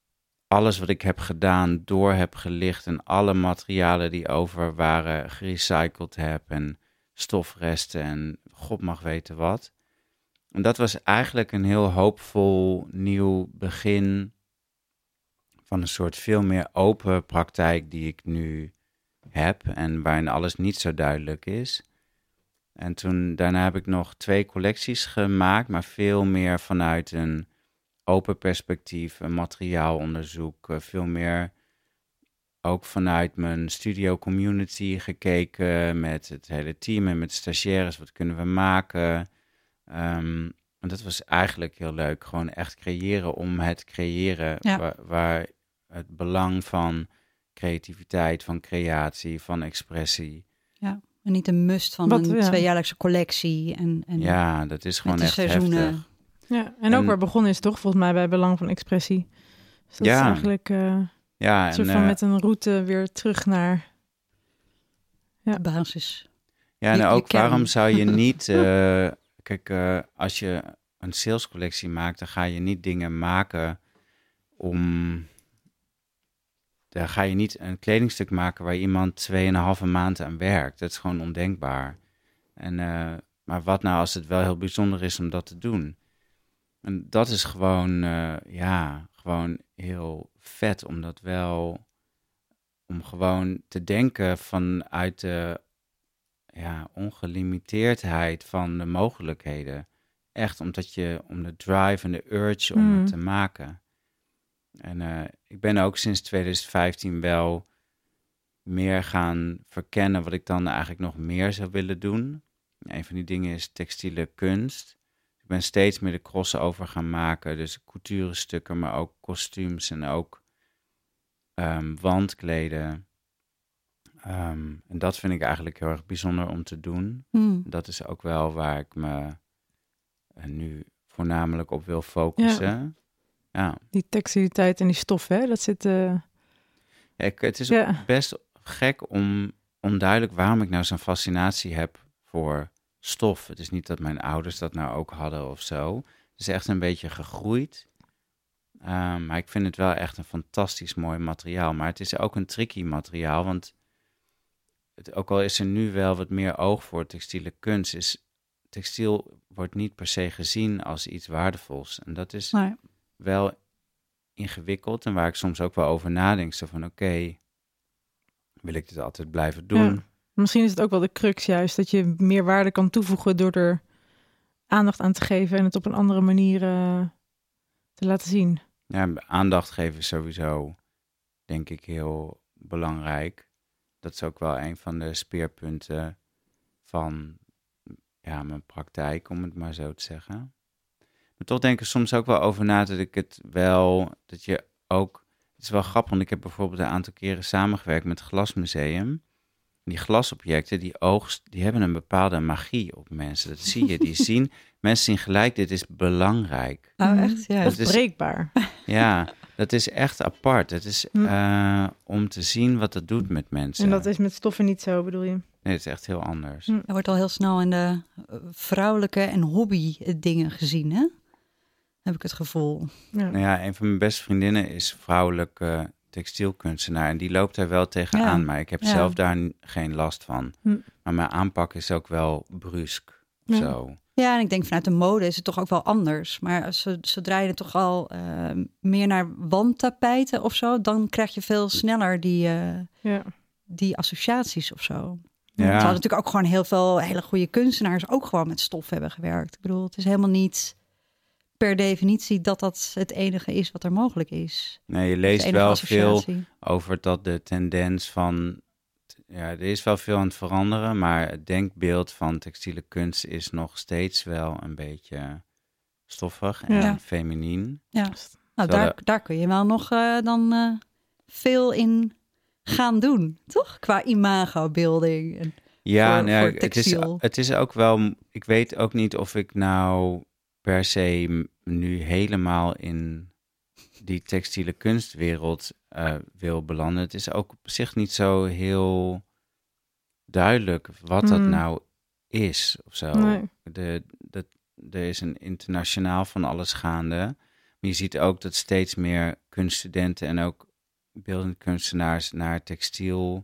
alles wat ik heb gedaan door heb gelicht en alle materialen die over waren gerecycled heb en stofresten en god mag weten wat. En dat was eigenlijk een heel hoopvol nieuw begin van een soort veel meer open praktijk die ik nu heb en waarin alles niet zo duidelijk is. En toen, daarna heb ik nog twee collecties gemaakt, maar veel meer vanuit een open perspectief, een materiaalonderzoek, veel meer ook vanuit mijn studio community gekeken met het hele team en met stagiaires, wat kunnen we maken. Um, en dat was eigenlijk heel leuk, gewoon echt creëren om het creëren, Ja. waar, waar het belang van creativiteit, van creatie, van expressie. Ja, en niet een must van Wat, een ja. tweejaarlijkse collectie. En, en Ja, dat is gewoon met de echt seizoenen. heftig. Ja, en ook En- waar begonnen is toch volgens mij bij Belang van Expressie. Dus dat Ja. is eigenlijk eh Ja, een soort en, van eh, met een route weer terug naar... Ja. de basis. Ja, en Je- je ook kern. waarom zou je niet... eh, kijk, eh, als je een salescollectie maakt, dan ga je niet dingen maken om... Dan ga je niet een kledingstuk maken waar iemand tweeënhalve maand aan werkt. Dat is gewoon ondenkbaar. En, eh, maar wat nou als het wel heel bijzonder is om dat te doen? En dat is gewoon, eh, ja, gewoon heel vet om dat wel... Om gewoon te denken vanuit de ja, ongelimiteerdheid van de mogelijkheden. Echt omdat je, om de drive en de urge om Mm. het te maken. En uh, ik ben ook sinds twintig vijftien wel meer gaan verkennen wat ik dan eigenlijk nog meer zou willen doen. Een van die dingen is textiele kunst. Ik ben steeds meer de crossover gaan maken. Dus couturestukken, maar ook kostuums en ook um, wandkleden. Um, en dat vind ik eigenlijk heel erg bijzonder om te doen. Hmm. Dat is ook wel waar ik me uh, nu voornamelijk op wil focussen. Ja. ja. Die textiliteit en die stof, hè? Dat zit... Uh... Ja, ik, het is ja. best gek om onduidelijk waarom ik nou zo'n fascinatie heb voor stof. Het is niet dat mijn ouders dat nou ook hadden of zo. Het is echt een beetje gegroeid. Um, maar ik vind het wel echt een fantastisch mooi materiaal. Maar het is ook een tricky materiaal, want het, ook al is er nu wel wat meer oog voor textiele kunst, is textiel wordt niet per se gezien als iets waardevols. En dat is Nee. wel ingewikkeld en waar ik soms ook wel over nadenk. Zo van, oké, okay, wil ik dit altijd blijven doen? Ja. Misschien is het ook wel de crux juist, dat je meer waarde kan toevoegen door er aandacht aan te geven en het op een andere manier uh, te laten zien. Ja, aandacht geven is sowieso, denk ik, heel belangrijk. Dat is ook wel een van de speerpunten van ja, mijn praktijk, om het maar zo te zeggen. Maar toch denk ik er soms ook wel over na dat ik het wel, dat je ook, het is wel grappig, want ik heb bijvoorbeeld een aantal keren samengewerkt met het Glasmuseum. Die glasobjecten, die oogst, die hebben een bepaalde magie op mensen. Dat zie je, die zien, mensen zien gelijk, dit is belangrijk. Oh, echt? Ja. Dat is breekbaar. Ja, dat is echt apart. Het is uh, om te zien wat het doet met mensen. En dat is met stoffen niet zo, bedoel je? Nee, het is echt heel anders. Hm. Er wordt al heel snel in de vrouwelijke en hobby dingen gezien, hè? Heb ik het gevoel. Ja. Nou ja, een van mijn beste vriendinnen is vrouwelijke textielkunstenaar. En die loopt daar wel tegenaan. Ja. Maar ik heb Ja. zelf daar geen last van. Hm. Maar mijn aanpak is ook wel brusk of Ja. zo. Ja, en ik denk vanuit de mode is het toch ook wel anders. Maar zodra je toch al uh, meer naar wandtapijten of zo, dan krijg je veel sneller die, uh, ja. die associaties of zo. Ja. Terwijl natuurlijk ook gewoon heel veel hele goede kunstenaars ook gewoon met stof hebben gewerkt. Ik bedoel, het is helemaal niet per definitie dat dat het enige is wat er mogelijk is. Nee, je leest wel associatie. veel over dat de tendens van... Ja, er is wel veel aan het veranderen, maar het denkbeeld van textiele kunst is nog steeds wel een beetje stoffig en Ja. feminien. Ja, nou, Terwijl daar, daar kun je wel nog uh, dan uh, veel in gaan doen, toch? Qua imago-beelding. En ja, voor, nou, voor het, is, het is ook wel... Ik weet ook niet of ik nou per se nu helemaal in die textiele kunstwereld uh, wil belanden. Het is ook op zich niet zo heel duidelijk wat mm. dat nou is of zo. Nee. De, dat, er is een internationaal van alles gaande. Maar je ziet ook dat steeds meer kunststudenten en ook beeldende kunstenaars naar textiel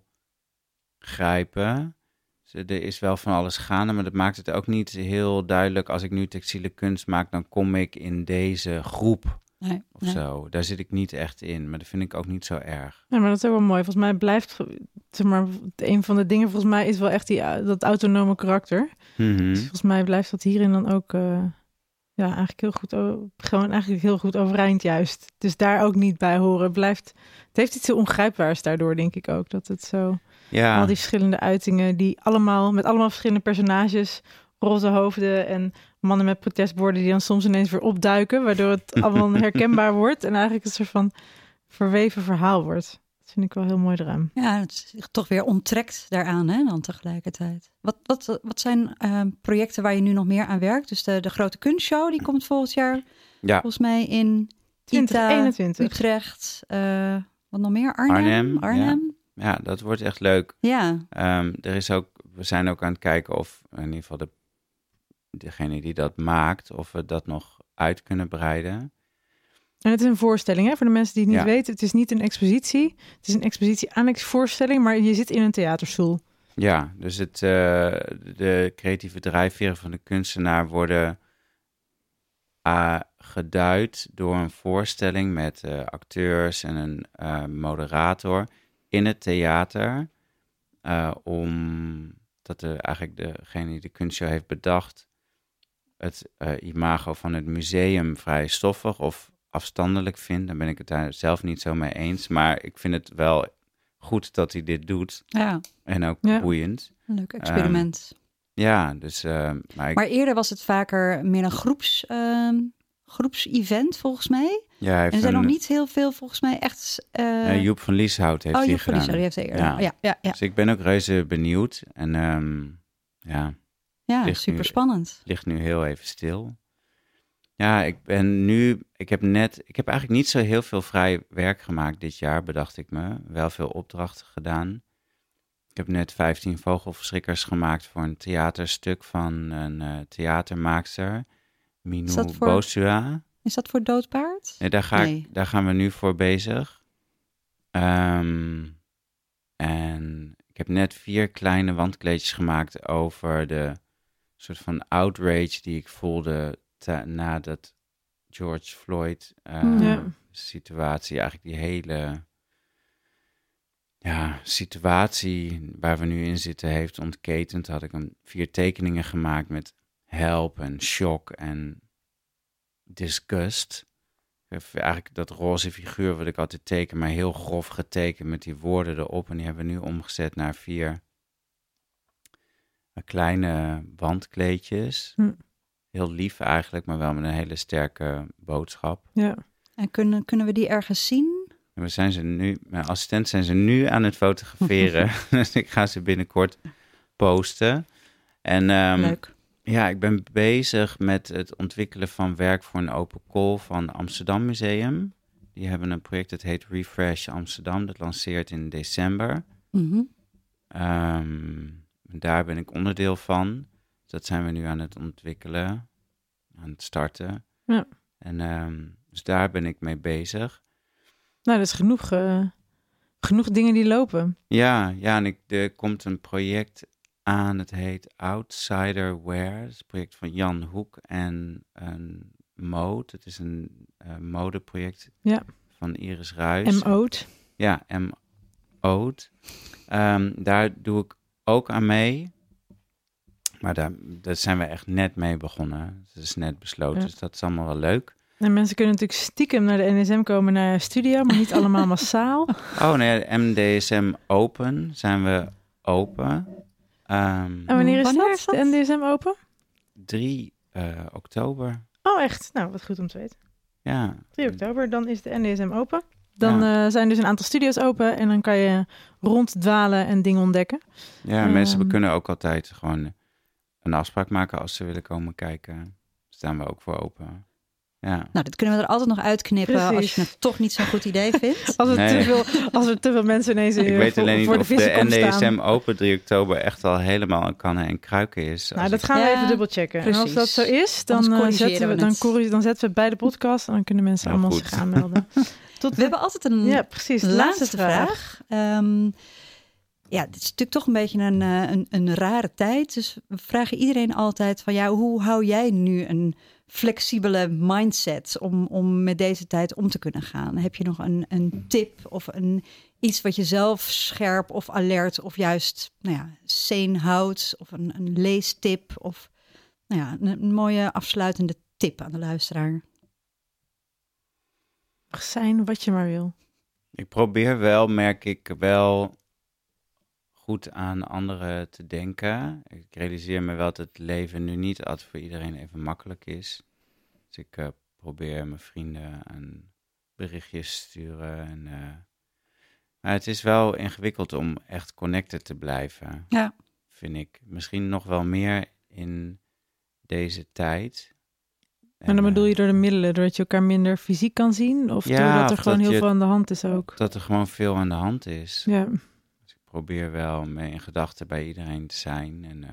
grijpen. Dus er is wel van alles gaande, maar dat maakt het ook niet heel duidelijk. Als ik nu textiele kunst maak, dan kom ik in deze groep Nee, of nee. zo. Daar zit ik niet echt in, maar dat vind ik ook niet zo erg. Ja, maar dat is ook wel mooi. Volgens mij blijft, zeg maar, een van de dingen volgens mij is wel echt die, dat autonome karakter. Mhm. Dus volgens mij blijft dat hierin dan ook, uh, ja, eigenlijk heel goed, o- gewoon eigenlijk heel goed overeind juist. Dus daar ook niet bij horen. Blijft, het heeft iets heel ongrijpbaars daardoor, denk ik ook. Dat het zo, Ja. al die verschillende uitingen, die allemaal, met allemaal verschillende personages, roze hoofden en mannen met protestborden die dan soms ineens weer opduiken, waardoor het allemaal herkenbaar wordt en eigenlijk een soort van verweven verhaal wordt. Dat vind ik wel heel mooi eraan. Ja, het zich toch weer onttrekt daaraan, hè, dan tegelijkertijd. Wat, wat, wat zijn uh, projecten waar je nu nog meer aan werkt? Dus de, de grote kunstshow, die komt volgend jaar Ja. volgens mij in twintig eenentwintig. Utrecht, uh, wat nog meer? Arnhem? Arnhem, Arnhem? Ja. ja, dat wordt echt leuk. Ja. Um, er is ook, we zijn ook aan het kijken of in ieder geval de, degene die dat maakt, of we dat nog uit kunnen breiden. En het is een voorstelling, hè? Voor de mensen die het niet Ja. weten. Het is niet een expositie. Het is een expositie-annex-voorstelling, maar je zit in een theaterstoel. Ja, dus het, uh, de creatieve drijfveren van de kunstenaar worden uh, geduid door een voorstelling met uh, acteurs en een uh, moderator in het theater. Uh, omdat de, eigenlijk degene die de kunstshow heeft bedacht, het uh, imago van het museum vrij stoffig of afstandelijk vindt. Dan ben ik het daar zelf niet zo mee eens. Maar ik vind het wel goed dat hij dit doet. Ja. En ook Ja. boeiend. Een leuk experiment. Um, ja, dus... Uh, maar, ik, maar eerder was het vaker meer een groeps, uh, groeps-event, volgens mij. ja, hij heeft en er zijn een, nog niet heel veel, volgens mij, echt... Uh... Uh, Joep van Lieshout heeft oh, hij Joep van gedaan. Lieshout, die heeft hij eerder. Ja. Ja, ja, ja. Dus ik ben ook reuze benieuwd. En um, ja... Ja, super spannend. Ligt nu heel even stil. Ja, ik ben nu... Ik heb net... Ik heb eigenlijk niet zo heel veel vrij werk gemaakt dit jaar, bedacht ik me. Wel veel opdrachten gedaan. Ik heb net vijftien vogelverschrikkers gemaakt voor een theaterstuk van een uh, theatermaakster. Minou voor, Bosua. Is dat voor Doodpaard? Nee, daar, ga nee. ik, daar gaan we nu voor bezig. Um, en ik heb net vier kleine wandkleedjes gemaakt over de soort van outrage die ik voelde ta- na dat George Floyd uh, ja. situatie. Eigenlijk die hele ja, situatie waar we nu in zitten heeft ontketend. Had ik een, vier tekeningen gemaakt met help en shock en disgust. Eigenlijk dat roze figuur wat ik altijd teken, maar heel grof getekend met die woorden erop. En die hebben we nu omgezet naar vier kleine wandkleedjes. Hm. Heel lief eigenlijk, maar wel met een hele sterke boodschap. Ja. En kunnen, kunnen we die ergens zien? We zijn ze nu, mijn assistent zijn ze nu aan het fotograferen. Dus ik ga ze binnenkort posten. En, um, Leuk. Ja, ik ben bezig met het ontwikkelen van werk voor een open call van Amsterdam Museum. Die hebben een project dat heet Refresh Amsterdam. Dat lanceert in december. Mm-hmm. Um, daar ben ik onderdeel van. Dus dat zijn we nu aan het ontwikkelen, aan het starten. Ja. En um, dus daar ben ik mee bezig. Nou, dat is genoeg, uh, genoeg dingen die lopen. Ja, ja en ik, er komt een project aan. Het heet Outsider Wear. Dat is een project van Jan Hoek en een Mode. Het is een uh, modeproject ja. van Iris Ruijs. M-Ode. Ja, M-Ode. Um, daar doe ik ook aan mee. Maar daar, daar zijn we echt net mee begonnen. Het is net besloten, ja. Dus dat is allemaal wel leuk. En mensen kunnen natuurlijk stiekem naar de N S M komen naar studio, maar niet allemaal massaal. Oh nee, M D S M Open zijn we open. Um, en wanneer is, wanneer dat? is dat? De N D S M Open? drie oktober. Oh echt? Nou, wat goed om te weten. Ja. drie oktober, dan is de N D S M open. Dan ja. uh, zijn dus een aantal studio's open en dan kan je ronddwalen en dingen ontdekken. Ja, um, mensen kunnen ook altijd gewoon een afspraak maken als ze willen komen kijken. Staan we ook voor open. Ja. Nou, dit kunnen we er altijd nog uitknippen Precies. als je het toch niet zo'n goed idee vindt. Als er, Nee. te, veel, als er te veel mensen ineens in Ik weet voor, alleen niet voor de of de vissenkom N D S staan. M Open drie oktober echt al helemaal een kannen en kruiken is. Nou, Als dat ik- gaan we Ja, even dubbelchecken. En als precies. dat zo is, dan, Anders uh, corrigeren zetten, we, we dan, het. corri- dan zetten we bij de podcast en dan kunnen mensen Nou, allemaal goed. zich aanmelden. Tot We hebben altijd een ja, precies. De laatste, laatste vraag. vraag. Ehm, ja, dit is natuurlijk toch een beetje een, uh, een, een rare tijd. Dus we vragen iedereen altijd van... ja, hoe hou jij nu een flexibele mindset... om, om met deze tijd om te kunnen gaan? Heb je nog een, een tip of een, iets wat je zelf scherp of alert... of juist nou ja, sane houdt of een, een leestip... of nou ja, een, een mooie afsluitende tip aan de luisteraar? Mag zijn wat je maar wil. Ik probeer wel, merk ik wel, goed aan anderen te denken. Ik realiseer me wel dat het leven nu niet altijd voor iedereen even makkelijk is. Dus ik uh, probeer mijn vrienden een berichtjes te sturen. En, uh, maar het is wel ingewikkeld om echt connected te blijven, Ja. vind ik. Misschien nog wel meer in deze tijd. En dan uh, bedoel je door de middelen, doordat je elkaar minder fysiek kan zien? Of Ja, doordat er of gewoon dat heel je- veel aan de hand is ook? Dat er gewoon veel aan de hand is. Ja, Dus ik probeer wel mee in gedachten bij iedereen te zijn. En uh,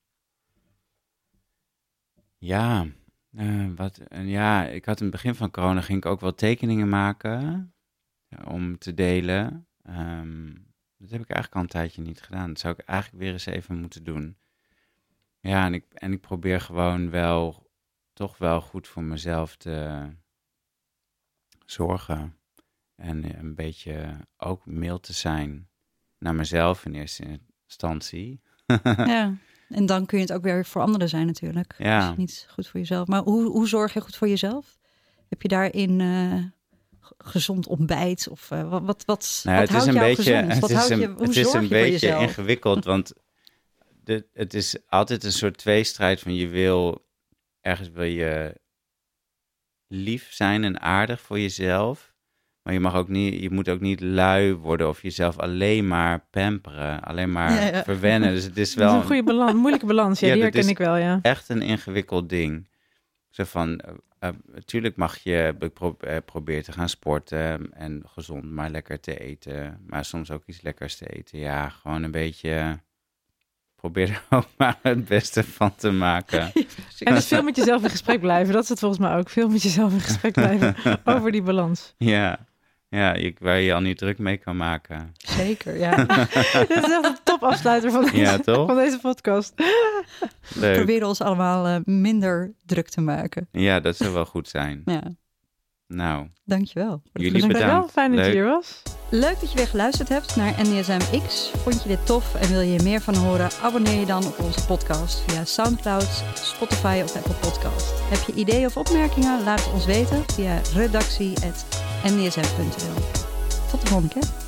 ja, uh, wat, uh, ja, ik had in het begin van corona ging ik ook wel tekeningen maken ja, om te delen. Um, dat heb ik eigenlijk al een tijdje niet gedaan. Dat zou ik eigenlijk weer eens even moeten doen. Ja, en ik, en ik probeer gewoon wel, toch wel goed voor mezelf te zorgen. En een beetje ook mild te zijn naar mezelf in eerste instantie. Ja, en dan kun je het ook weer voor anderen zijn natuurlijk. Ja. Als je niet goed voor jezelf. Maar hoe, hoe zorg je goed voor jezelf? Heb je daarin uh, gezond ontbijt? Of uh, wat, wat, wat, Nou, wat het is houdt een jou beetje, gezond? Wat het is houdt een, je, hoe het is zorg een je voor beetje jezelf? ingewikkeld, want de, het is altijd een soort tweestrijd van je wil, ergens wil je lief zijn en aardig voor jezelf. Maar je mag ook niet, je moet ook niet lui worden of jezelf alleen maar pamperen, alleen maar Ja, ja. verwennen. Dus het is dat is wel een goede balans, moeilijke balans. Ja, Ja, die dat herken is- ik wel, ja. echt een ingewikkeld ding. Zo van, natuurlijk uh, mag je ik pro- uh, proberen te gaan sporten en gezond maar lekker te eten. Maar soms ook iets lekkers te eten. Ja, gewoon een beetje, probeer er ook maar het beste van te maken. En dus veel met jezelf in gesprek blijven. Dat is het volgens mij ook. Veel met jezelf in gesprek blijven over die balans. Ja, ja ik, waar je al niet druk mee kan maken. Zeker, ja. Dit is echt een topafsluiter van deze, Ja, toch? van deze podcast. We Leuk. proberen ons allemaal uh, minder druk te maken. Ja, dat zou wel goed zijn. Ja, Nou, dankjewel. voor het Jullie gesprek. bedankt. Dankjewel, fijn dat je Leuk. hier was. Leuk dat je weer geluisterd hebt naar N D S M X. Vond je dit tof en wil je er meer van horen? Abonneer je dan op onze podcast via Soundcloud, Spotify of Apple Podcast. Heb je ideeën of opmerkingen? Laat het ons weten via redactie apenstaartje n d s m punt n l. Tot de volgende keer.